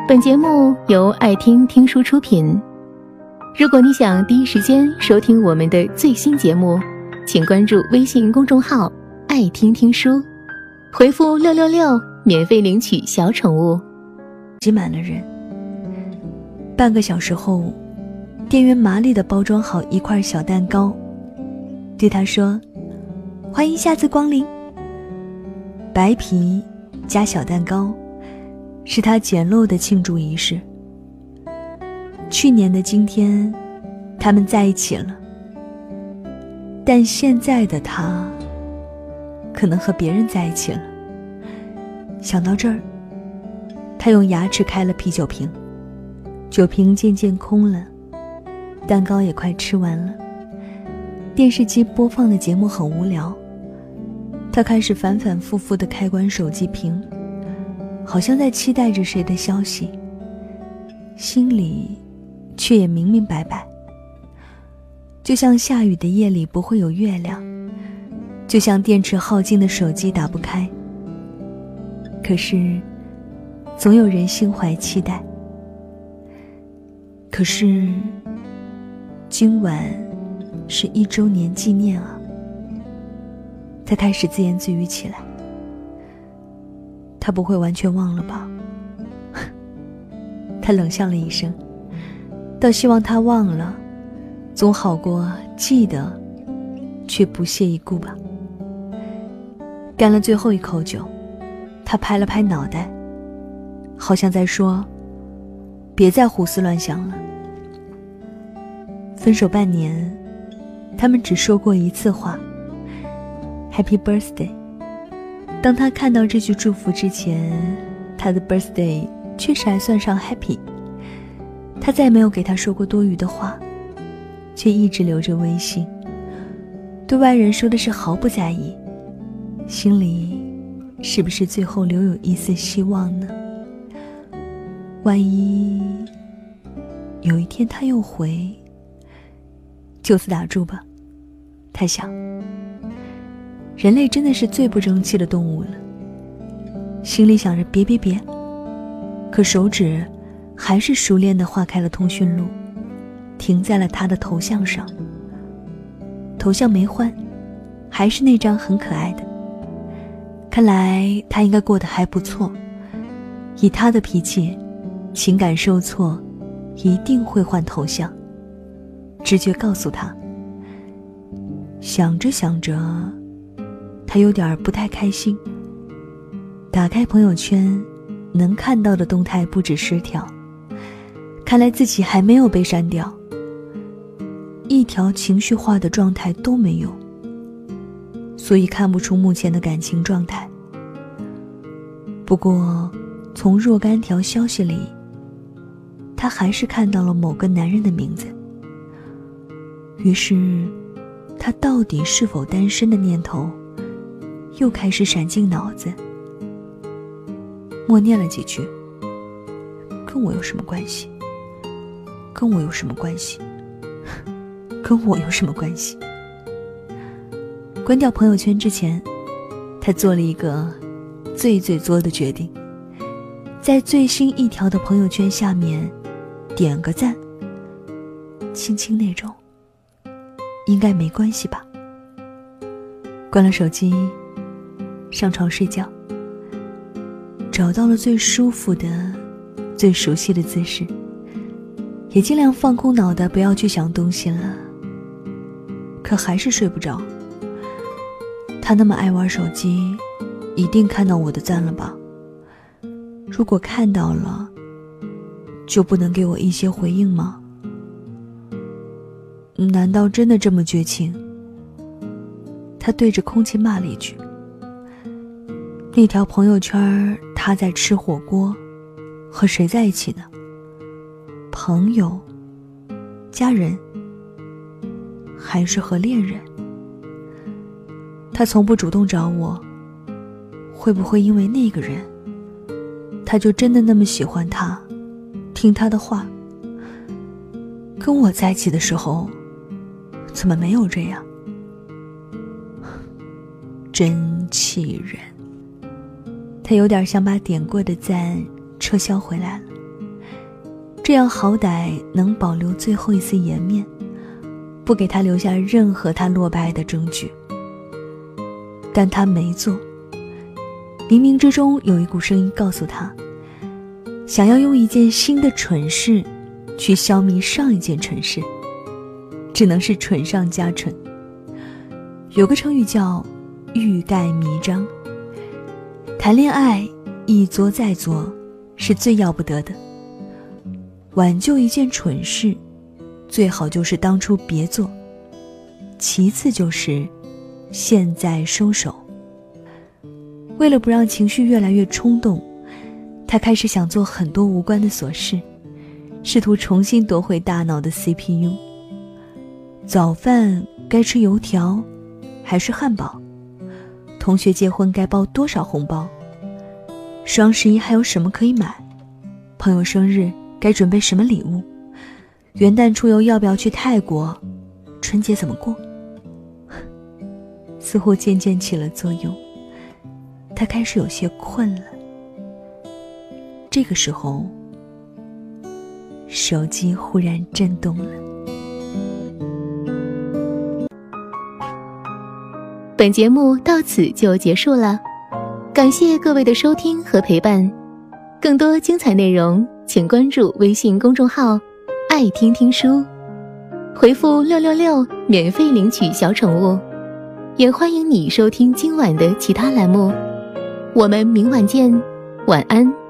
本节目由爱听听书出品。如果你想第一时间收听我们的最新节目，请关注微信公众号爱听听书，回复666免费领取小宠物。 挤满了人。半个小时后，店员麻利地包装好一块小蛋糕，对他说：“欢迎下次光临。”白皮加小蛋糕是他简陋的庆祝仪式。去年的今天，他们在一起了，但现在的他可能和别人在一起了。想到这儿，他用牙齿开了啤酒瓶，酒瓶渐渐空了，蛋糕也快吃完了。电视机播放的节目很无聊，他开始反反复复地开关手机屏，好像在期待着谁的消息，心里却也明明白白。就像下雨的夜里不会有月亮，就像电池耗尽的手机打不开。可是总有人心怀期待。可是今晚是1周年纪念啊。他开始自言自语起来。他不会完全忘了吧？他冷笑了一声，倒希望他忘了，总好过记得却不屑一顾吧。干了最后一口酒，他拍了拍脑袋，好像在说：别再胡思乱想了。分手半年，他们只说过一次话 Happy Birthday。 当他看到这句祝福之前，他的 birthday 确实还算上 happy。 他再没有给他说过多余的话，却一直留着微信，对外人说的是毫不在意，心里是不是最后留有一丝希望呢？万一有一天他又回，就此打住吧。他想，人类真的是最不争气的动物了。心里想着别，可手指还是熟练地划开了通讯录，停在了他的头像上。头像没换，还是那张很可爱的。看来他应该过得还不错，以他的脾气，情感受挫一定会换头像。直觉告诉他。想着想着，他有点不太开心。打开朋友圈，能看到的动态不止10条，看来自己还没有被删掉，一条情绪化的状态都没有，所以看不出目前的感情状态。不过从若干条消息里，他还是看到了某个男人的名字。于是他到底是否单身的念头又开始闪进脑子，默念了几句：跟我有什么关系？跟我有什么关系？跟我有什么关系？关掉朋友圈之前，他做了一个最作的决定，在最新一条的朋友圈下面点个赞，轻轻那种，应该没关系吧。关了手机，上床睡觉，找到了最舒服的最熟悉的姿势，也尽量放空脑袋，不要去想东西了。可还是睡不着。他那么爱玩手机，一定看到我的赞了吧？如果看到了，就不能给我一些回应吗？难道真的这么绝情？他对着空气骂了一句。那条朋友圈，他在吃火锅，和谁在一起呢？朋友、家人，还是和恋人？他从不主动找我，会不会因为那个人，他就真的那么喜欢他，听他的话？跟我在一起的时候，怎么没有这样？真气人。他有点想把点过的赞撤销回来了。 这样好歹能保留最后一丝颜面，不给他留下任何他落败的证据。但他没做。冥冥之中有一股声音告诉他，想要用一件新的蠢事去消弭上一件蠢事，只能是蠢上加蠢。有个成语叫欲盖弥彰，谈恋爱一作再作是最要不得的。挽救一件蠢事，最好就是当初别做，其次就是现在收手。为了不让情绪越来越冲动，他开始想做很多无关的琐事，试图重新夺回大脑的 CPU。 早饭该吃油条还是汉堡？同学结婚该包多少红包？双11还有什么可以买？朋友生日该准备什么礼物？元旦出游要不要去泰国？春节怎么过？似乎渐渐起了作用，他开始有些困了。这个时候，手机忽然震动了。 本节目到此就结束了，感谢各位的收听和陪伴。更多精彩内容请关注微信公众号爱听听书，回复666免费领取小宠物。也欢迎你收听今晚的其他栏目，我们明晚见，晚安。